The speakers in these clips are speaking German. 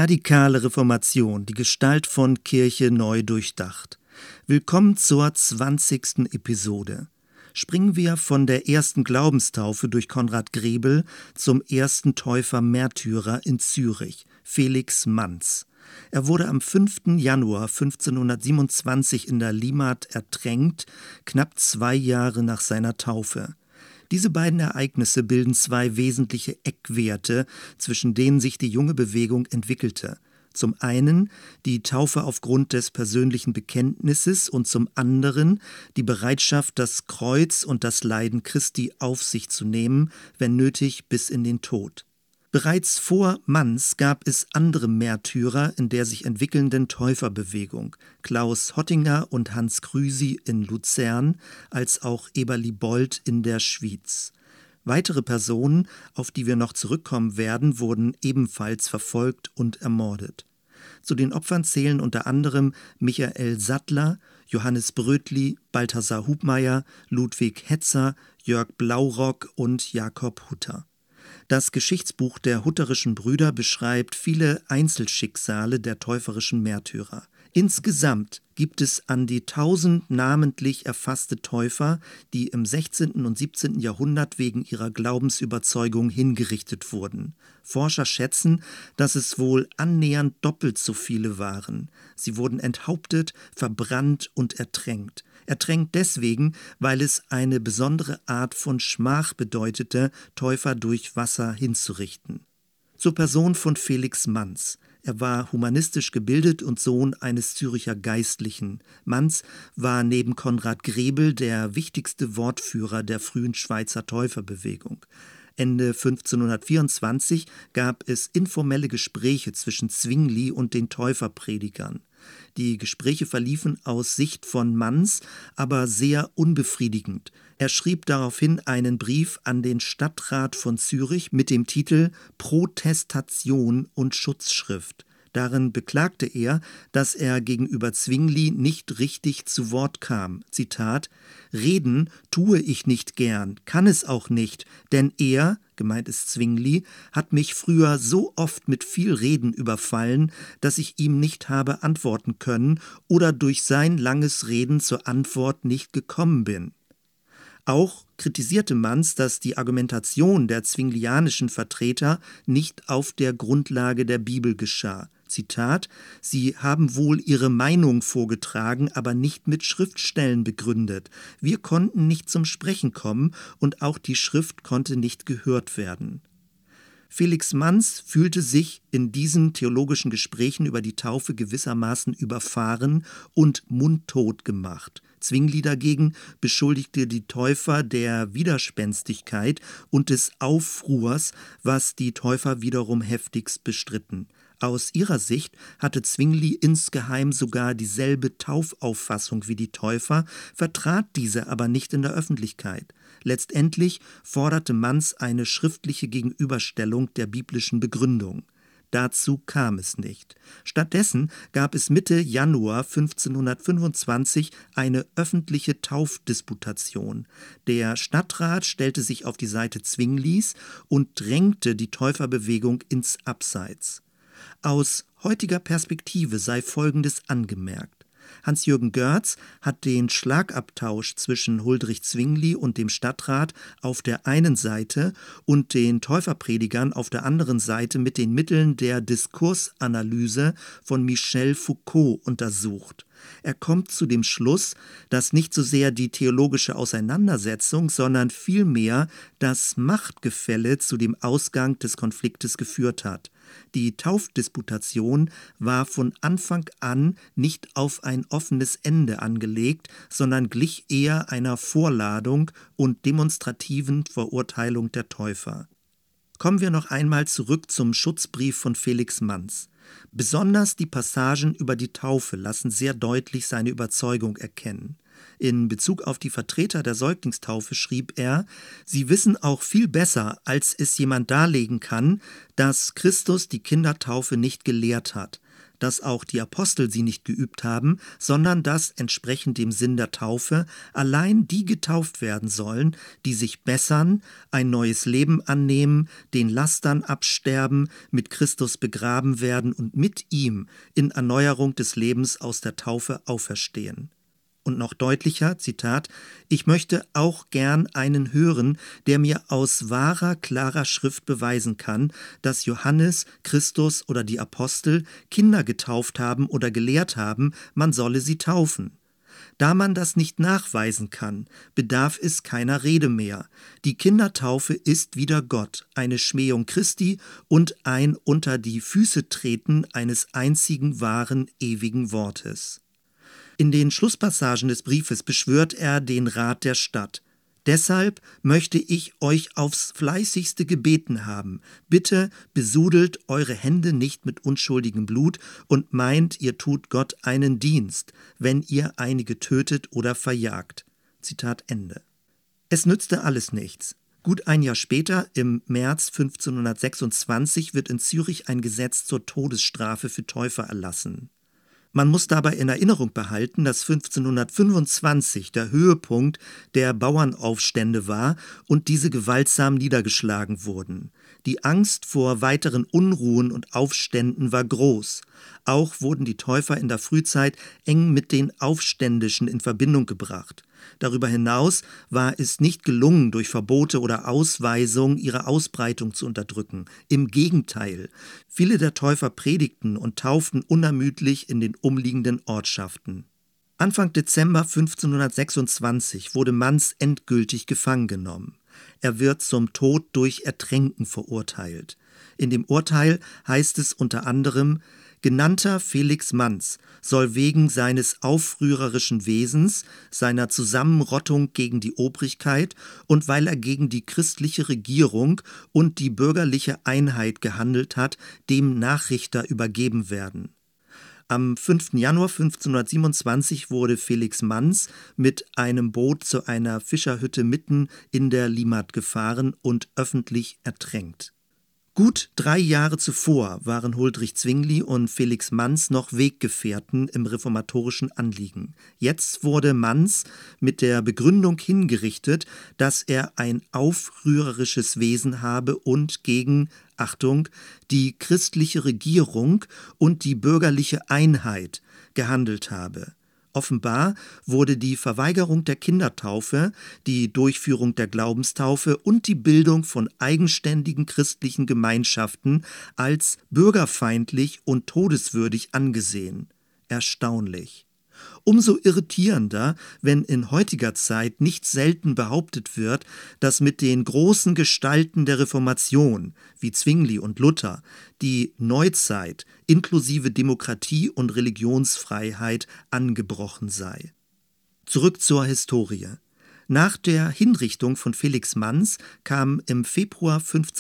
Radikale Reformation, die Gestalt von Kirche neu durchdacht. Willkommen zur 20. Episode. Springen wir von der ersten Glaubenstaufe durch Konrad Grebel zum ersten Täufer-Märtyrer in Zürich, Felix Manz. Er wurde am 5. Januar 1527 in der Limmat ertränkt, knapp 2 Jahre nach seiner Taufe. Diese beiden Ereignisse bilden 2 wesentliche Eckwerte, zwischen denen sich die junge Bewegung entwickelte. Zum einen die Taufe aufgrund des persönlichen Bekenntnisses und zum anderen die Bereitschaft, das Kreuz und das Leiden Christi auf sich zu nehmen, wenn nötig bis in den Tod. Bereits vor Manz gab es andere Märtyrer in der sich entwickelnden Täuferbewegung, Klaus Hottinger und Hans Krüsi in Luzern, als auch Eberli Bold in der Schwyz. Weitere Personen, auf die wir noch zurückkommen werden, wurden ebenfalls verfolgt und ermordet. Zu den Opfern zählen unter anderem Michael Sattler, Johannes Brötli, Balthasar Hubmeier, Ludwig Hetzer, Jörg Blaurock und Jakob Hutter. Das Geschichtsbuch der Hutterischen Brüder beschreibt viele Einzelschicksale der täuferischen Märtyrer. Insgesamt gibt es an die 1000 namentlich erfasste Täufer, die im 16. und 17. Jahrhundert wegen ihrer Glaubensüberzeugung hingerichtet wurden. Forscher schätzen, dass es wohl annähernd doppelt so viele waren. Sie wurden enthauptet, verbrannt und ertränkt. Ertränkt deswegen, weil es eine besondere Art von Schmach bedeutete, Täufer durch Wasser hinzurichten. Zur Person von Felix Manz. Er war humanistisch gebildet und Sohn eines Züricher Geistlichen. Manz war neben Konrad Grebel der wichtigste Wortführer der frühen Schweizer Täuferbewegung. Ende 1524 gab es informelle Gespräche zwischen Zwingli und den Täuferpredigern. Die Gespräche verliefen aus Sicht von Manz aber sehr unbefriedigend. Er schrieb daraufhin einen Brief an den Stadtrat von Zürich mit dem Titel Protestation und Schutzschrift. Darin beklagte er, dass er gegenüber Zwingli nicht richtig zu Wort kam. Zitat: »Reden tue ich nicht gern, kann es auch nicht, denn er, gemeint ist Zwingli, hat mich früher so oft mit viel Reden überfallen, dass ich ihm nicht habe antworten können oder durch sein langes Reden zur Antwort nicht gekommen bin.« Auch kritisierte Manz, dass die Argumentation der zwinglianischen Vertreter nicht auf der Grundlage der Bibel geschah. Zitat: »Sie haben wohl ihre Meinung vorgetragen, aber nicht mit Schriftstellen begründet. Wir konnten nicht zum Sprechen kommen und auch die Schrift konnte nicht gehört werden.« Felix Manz fühlte sich in diesen theologischen Gesprächen über die Taufe gewissermaßen überfahren und mundtot gemacht. Zwingli dagegen beschuldigte die Täufer der Widerspenstigkeit und des Aufruhrs, was die Täufer wiederum heftigst bestritten. Aus ihrer Sicht hatte Zwingli insgeheim sogar dieselbe Taufauffassung wie die Täufer, vertrat diese aber nicht in der Öffentlichkeit. Letztendlich forderte Manz eine schriftliche Gegenüberstellung der biblischen Begründung. Dazu kam es nicht. Stattdessen gab es Mitte Januar 1525 eine öffentliche Taufdisputation. Der Stadtrat stellte sich auf die Seite Zwinglis und drängte die Täuferbewegung ins Abseits. Aus heutiger Perspektive sei Folgendes angemerkt. Hans-Jürgen Görz hat den Schlagabtausch zwischen Huldrych Zwingli und dem Stadtrat auf der einen Seite und den Täuferpredigern auf der anderen Seite mit den Mitteln der Diskursanalyse von Michel Foucault untersucht. Er kommt zu dem Schluss, dass nicht so sehr die theologische Auseinandersetzung, sondern vielmehr das Machtgefälle zu dem Ausgang des Konfliktes geführt hat. Die Taufdisputation war von Anfang an nicht auf ein offenes Ende angelegt, sondern glich eher einer Vorladung und demonstrativen Verurteilung der Täufer. Kommen wir noch einmal zurück zum Schutzbrief von Felix Manz. Besonders die Passagen über die Taufe lassen sehr deutlich seine Überzeugung erkennen. In Bezug auf die Vertreter der Säuglingstaufe schrieb er: »Sie wissen auch viel besser, als es jemand darlegen kann, dass Christus die Kindertaufe nicht gelehrt hat. dass auch die Apostel sie nicht geübt haben, sondern dass entsprechend dem Sinn der Taufe allein die getauft werden sollen, die sich bessern, ein neues Leben annehmen, den Lastern absterben, mit Christus begraben werden und mit ihm in Erneuerung des Lebens aus der Taufe auferstehen. Und noch deutlicher, Zitat, ich möchte auch gern einen hören, der mir aus wahrer, klarer Schrift beweisen kann, dass Johannes, Christus oder die Apostel Kinder getauft haben oder gelehrt haben, man solle sie taufen. Da man das nicht nachweisen kann, bedarf es keiner Rede mehr. Die Kindertaufe ist wieder Gott, eine Schmähung Christi und ein unter die Füße treten eines einzigen wahren, ewigen Wortes. In den Schlusspassagen des Briefes beschwört er den Rat der Stadt. Deshalb möchte ich euch aufs Fleißigste gebeten haben. Bitte besudelt eure Hände nicht mit unschuldigem Blut und meint, ihr tut Gott einen Dienst, wenn ihr einige tötet oder verjagt. Zitat Ende. Es nützte alles nichts. Gut ein Jahr später, im März 1526, wird in Zürich ein Gesetz zur Todesstrafe für Täufer erlassen. Man muss dabei in Erinnerung behalten, dass 1525 der Höhepunkt der Bauernaufstände war und diese gewaltsam niedergeschlagen wurden. Die Angst vor weiteren Unruhen und Aufständen war groß. Auch wurden die Täufer in der Frühzeit eng mit den Aufständischen in Verbindung gebracht. Darüber hinaus war es nicht gelungen, durch Verbote oder Ausweisung ihre Ausbreitung zu unterdrücken. Im Gegenteil, viele der Täufer predigten und tauften unermüdlich in den umliegenden Ortschaften. Anfang Dezember 1526 wurde Manz endgültig gefangen genommen. Er wird zum Tod durch Ertränken verurteilt. In dem Urteil heißt es unter anderem: Genannter Felix Manz soll wegen seines aufrührerischen Wesens, seiner Zusammenrottung gegen die Obrigkeit und weil er gegen die christliche Regierung und die bürgerliche Einheit gehandelt hat, dem Nachrichter übergeben werden. Am 5. Januar 1527 wurde Felix Manz mit einem Boot zu einer Fischerhütte mitten in der Limmat gefahren und öffentlich ertränkt. Gut 3 Jahre zuvor waren Huldrych Zwingli und Felix Manz noch Weggefährten im reformatorischen Anliegen. Jetzt wurde Manz mit der Begründung hingerichtet, dass er ein aufrührerisches Wesen habe und gegen, Achtung, die christliche Regierung und die bürgerliche Einheit gehandelt habe. Offenbar wurde die Verweigerung der Kindertaufe, die Durchführung der Glaubenstaufe und die Bildung von eigenständigen christlichen Gemeinschaften als bürgerfeindlich und todeswürdig angesehen. Erstaunlich. Umso irritierender, wenn in heutiger Zeit nicht selten behauptet wird, dass mit den großen Gestalten der Reformation, wie Zwingli und Luther, die Neuzeit inklusive Demokratie und Religionsfreiheit angebrochen sei. Zurück zur Historie. Nach der Hinrichtung von Felix Manz kamen im Februar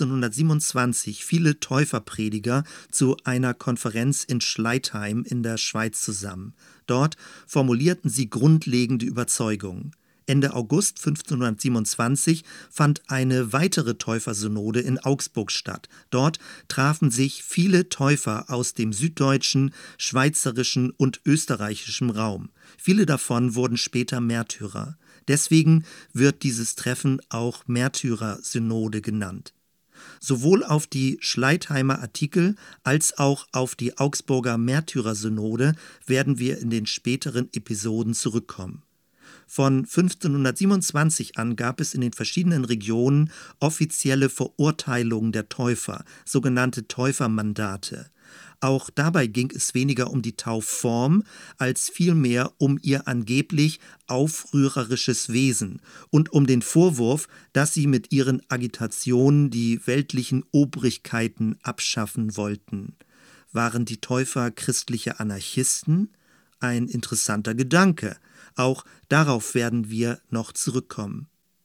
1527 viele Täuferprediger zu einer Konferenz in Schleitheim in der Schweiz zusammen. Dort formulierten sie grundlegende Überzeugungen. Ende August 1527 fand eine weitere Täufersynode in Augsburg statt. Dort trafen sich viele Täufer aus dem süddeutschen, schweizerischen und österreichischen Raum. Viele davon wurden später Märtyrer. Deswegen wird dieses Treffen auch Märtyrersynode genannt. Sowohl auf die Schleitheimer Artikel als auch auf die Augsburger Märtyrersynode werden wir in den späteren Episoden zurückkommen. Von 1527 an gab es in den verschiedenen Regionen offizielle Verurteilungen der Täufer, sogenannte Täufermandate. Auch dabei ging es weniger um die Taufform, als vielmehr um ihr angeblich aufrührerisches Wesen und um den Vorwurf, dass sie mit ihren Agitationen die weltlichen Obrigkeiten abschaffen wollten. Waren die Täufer christliche Anarchisten? Ein interessanter Gedanke. Auch darauf werden wir noch zurückkommen.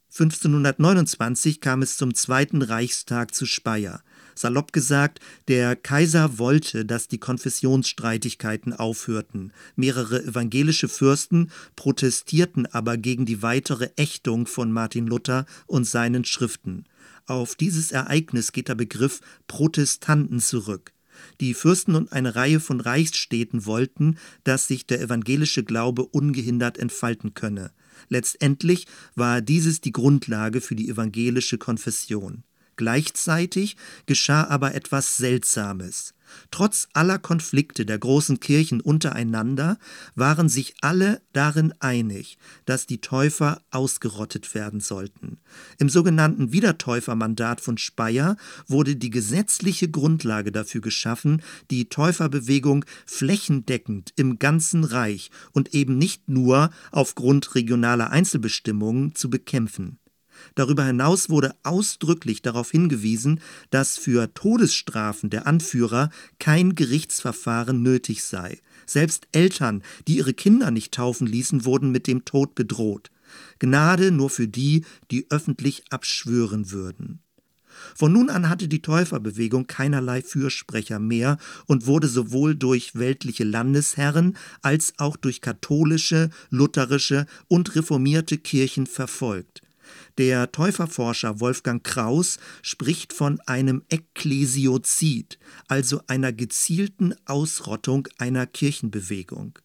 1529 kam es zum Zweiten Reichstag zu Speyer. Salopp gesagt, der Kaiser wollte, dass die Konfessionsstreitigkeiten aufhörten. Mehrere evangelische Fürsten protestierten aber gegen die weitere Ächtung von Martin Luther und seinen Schriften. Auf dieses Ereignis geht der Begriff Protestanten zurück. Die Fürsten und eine Reihe von Reichsstädten wollten, dass sich der evangelische Glaube ungehindert entfalten könne. Letztendlich war dieses die Grundlage für die evangelische Konfession. Gleichzeitig geschah aber etwas Seltsames. Trotz aller Konflikte der großen Kirchen untereinander waren sich alle darin einig, dass die Täufer ausgerottet werden sollten. Im sogenannten Wiedertäufermandat von Speyer wurde die gesetzliche Grundlage dafür geschaffen, die Täuferbewegung flächendeckend im ganzen Reich und eben nicht nur aufgrund regionaler Einzelbestimmungen zu bekämpfen. Darüber hinaus wurde ausdrücklich darauf hingewiesen, dass für Todesstrafen der Anführer kein Gerichtsverfahren nötig sei. Selbst Eltern, die ihre Kinder nicht taufen ließen, wurden mit dem Tod bedroht. Gnade nur für die, die öffentlich abschwören würden. Von nun an hatte die Täuferbewegung keinerlei Fürsprecher mehr und wurde sowohl durch weltliche Landesherren als auch durch katholische, lutherische und reformierte Kirchen verfolgt. Der Täuferforscher Wolfgang Kraus spricht von einem Ekklesiozid, also einer gezielten Ausrottung einer Kirchenbewegung.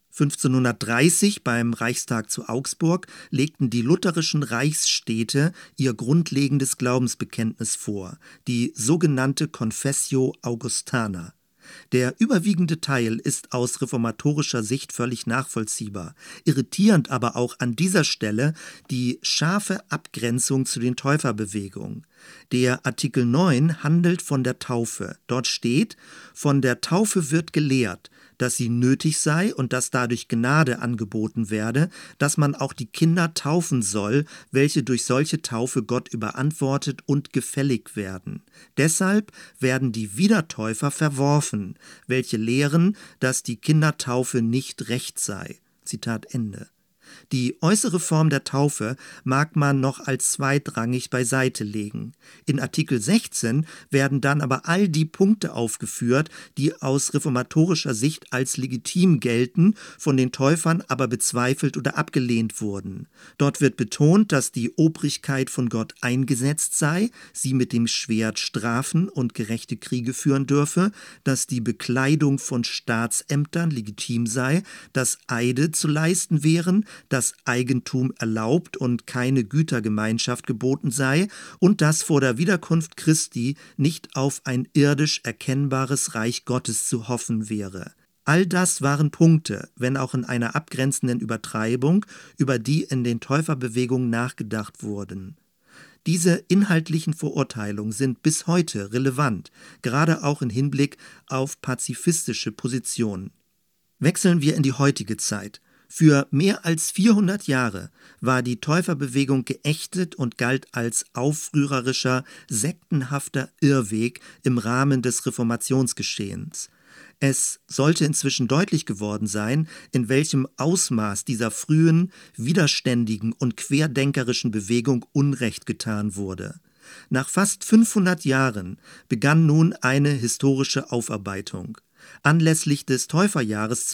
1530 beim Reichstag zu Augsburg legten die lutherischen Reichsstädte ihr grundlegendes Glaubensbekenntnis vor, die sogenannte Confessio Augustana. Der überwiegende Teil ist aus reformatorischer Sicht völlig nachvollziehbar. Irritierend aber auch an dieser Stelle die scharfe Abgrenzung zu den Täuferbewegungen. Der Artikel 9 handelt von der Taufe. Dort steht: Von der Taufe wird gelehrt, dass sie nötig sei und dass dadurch Gnade angeboten werde, dass man auch die Kinder taufen soll, welche durch solche Taufe Gott überantwortet und gefällig werden. Deshalb werden die Wiedertäufer verworfen, welche lehren, dass die Kindertaufe nicht recht sei. Zitat Ende. Die äußere Form der Taufe mag man noch als zweitrangig beiseite legen. In Artikel 16 werden dann aber all die Punkte aufgeführt, die aus reformatorischer Sicht als legitim gelten, von den Täufern aber bezweifelt oder abgelehnt wurden. Dort wird betont, dass die Obrigkeit von Gott eingesetzt sei, sie mit dem Schwert strafen und gerechte Kriege führen dürfe, dass die Bekleidung von Staatsämtern legitim sei, dass Eide zu leisten wären, dass Eigentum erlaubt und keine Gütergemeinschaft geboten sei und dass vor der Wiederkunft Christi nicht auf ein irdisch erkennbares Reich Gottes zu hoffen wäre. All das waren Punkte, wenn auch in einer abgrenzenden Übertreibung, über die in den Täuferbewegungen nachgedacht wurden. Diese inhaltlichen Verurteilungen sind bis heute relevant, gerade auch im Hinblick auf pazifistische Positionen. Wechseln wir in die heutige Zeit. Für mehr als 400 Jahre war die Täuferbewegung geächtet und galt als aufrührerischer, sektenhafter Irrweg im Rahmen des Reformationsgeschehens. Es sollte inzwischen deutlich geworden sein, in welchem Ausmaß dieser frühen, widerständigen und querdenkerischen Bewegung Unrecht getan wurde. Nach fast 500 Jahren begann nun eine historische Aufarbeitung. Anlässlich des Täuferjahres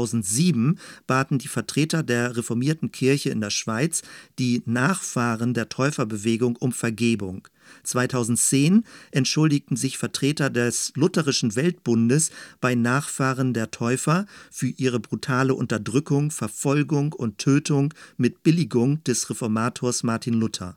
2007 baten die Vertreter der reformierten Kirche in der Schweiz die Nachfahren der Täuferbewegung um Vergebung. 2010 entschuldigten sich Vertreter des Lutherischen Weltbundes bei Nachfahren der Täufer für ihre brutale Unterdrückung, Verfolgung und Tötung mit Billigung des Reformators Martin Luther.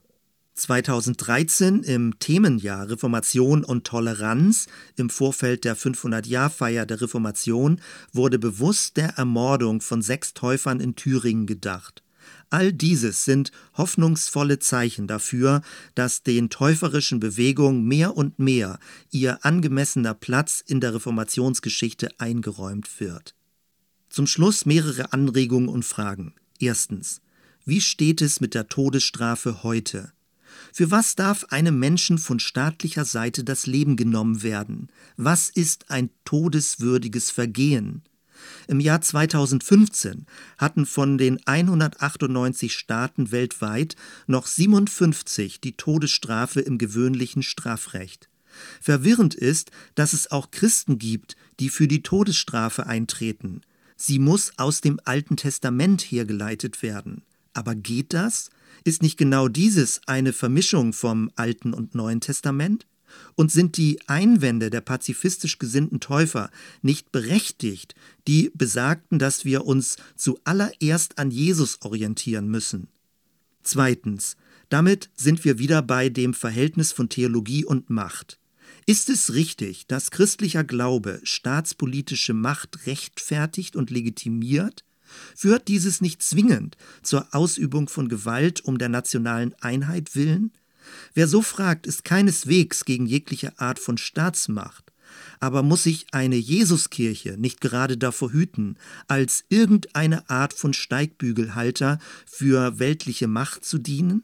2013 im Themenjahr Reformation und Toleranz im Vorfeld der 500-Jahr-Feier der Reformation wurde bewusst der Ermordung von 6 Täufern in Thüringen gedacht. All dieses sind hoffnungsvolle Zeichen dafür, dass den täuferischen Bewegungen mehr und mehr ihr angemessener Platz in der Reformationsgeschichte eingeräumt wird. Zum Schluss mehrere Anregungen und Fragen. Erstens: Wie steht es mit der Todesstrafe heute? Für was darf einem Menschen von staatlicher Seite das Leben genommen werden? Was ist ein todeswürdiges Vergehen? Im Jahr 2015 hatten von den 198 Staaten weltweit noch 57 die Todesstrafe im gewöhnlichen Strafrecht. Verwirrend ist, dass es auch Christen gibt, die für die Todesstrafe eintreten. Sie muss aus dem Alten Testament hergeleitet werden. Aber geht das? Ist nicht genau dieses eine Vermischung vom Alten und Neuen Testament? Und sind die Einwände der pazifistisch gesinnten Täufer nicht berechtigt, die besagten, dass wir uns zuallererst an Jesus orientieren müssen? Zweitens, damit sind wir wieder bei dem Verhältnis von Theologie und Macht. Ist es richtig, dass christlicher Glaube staatspolitische Macht rechtfertigt und legitimiert? Führt dieses nicht zwingend zur Ausübung von Gewalt um der nationalen Einheit willen? Wer so fragt, ist keineswegs gegen jegliche Art von Staatsmacht. Aber muss sich eine Jesuskirche nicht gerade davor hüten, als irgendeine Art von Steigbügelhalter für weltliche Macht zu dienen?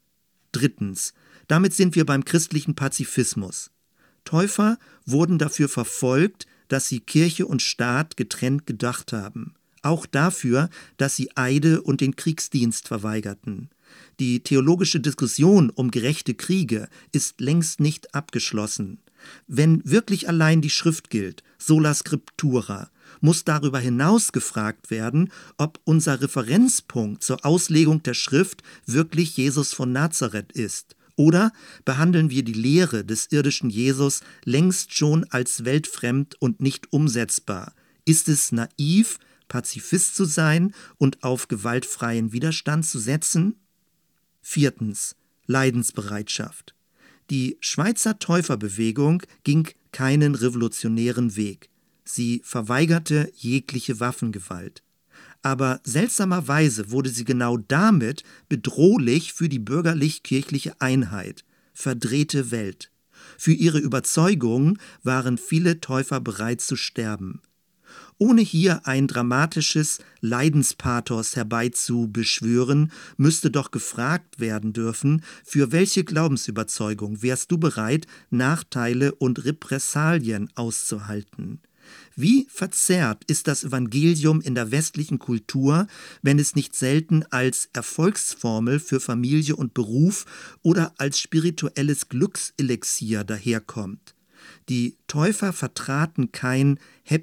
Drittens, damit sind wir beim christlichen Pazifismus. Täufer wurden dafür verfolgt, dass sie Kirche und Staat getrennt gedacht haben. Auch dafür, dass sie Eide und den Kriegsdienst verweigerten. Die theologische Diskussion um gerechte Kriege ist längst nicht abgeschlossen. Wenn wirklich allein die Schrift gilt, sola scriptura, muss darüber hinaus gefragt werden, ob unser Referenzpunkt zur Auslegung der Schrift wirklich Jesus von Nazareth ist. Oder behandeln wir die Lehre des irdischen Jesus längst schon als weltfremd und nicht umsetzbar? Ist es naiv, Pazifist zu sein und auf gewaltfreien Widerstand zu setzen? Viertens, Leidensbereitschaft. Die Schweizer Täuferbewegung ging keinen revolutionären Weg. Sie verweigerte jegliche Waffengewalt. Aber seltsamerweise wurde sie genau damit bedrohlich für die bürgerlich-kirchliche Einheit, verdrehte Welt. Für ihre Überzeugungen waren viele Täufer bereit zu sterben. Ohne hier ein dramatisches Leidenspathos herbeizubeschwören, müsste doch gefragt werden dürfen, für welche Glaubensüberzeugung wärst du bereit, Nachteile und Repressalien auszuhalten? Wie verzerrt ist das Evangelium in der westlichen Kultur, wenn es nicht selten als Erfolgsformel für Familie und Beruf oder als spirituelles Glückselixier daherkommt? Die Täufer vertraten kein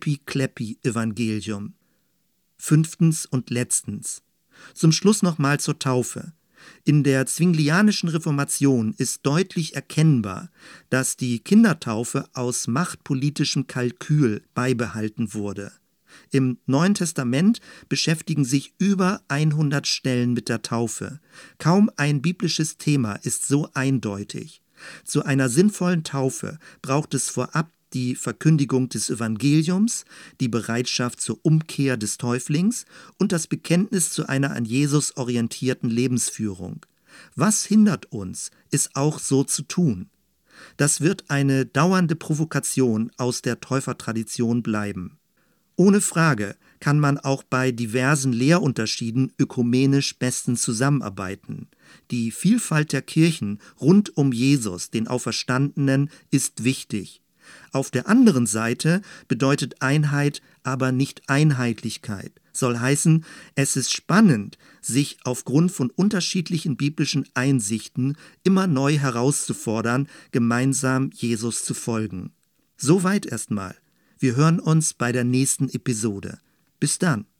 Happy-Clappy-Evangelium. Fünftens und letztens. Zum Schluss nochmal zur Taufe. In der zwinglianischen Reformation ist deutlich erkennbar, dass die Kindertaufe aus machtpolitischem Kalkül beibehalten wurde. Im Neuen Testament beschäftigen sich über 100 Stellen mit der Taufe. Kaum ein biblisches Thema ist so eindeutig. Zu einer sinnvollen Taufe braucht es vorab die Verkündigung des Evangeliums, die Bereitschaft zur Umkehr des Täuflings und das Bekenntnis zu einer an Jesus orientierten Lebensführung. Was hindert uns, es auch so zu tun? Das wird eine dauernde Provokation aus der Täufertradition bleiben. Ohne Frage kann man auch bei diversen Lehrunterschieden ökumenisch bestens zusammenarbeiten. Die Vielfalt der Kirchen rund um Jesus, den Auferstandenen, ist wichtig. Auf der anderen Seite bedeutet Einheit aber nicht Einheitlichkeit. Soll heißen, es ist spannend, sich aufgrund von unterschiedlichen biblischen Einsichten immer neu herauszufordern, gemeinsam Jesus zu folgen. Soweit erstmal. Wir hören uns bei der nächsten Episode. Bis dann.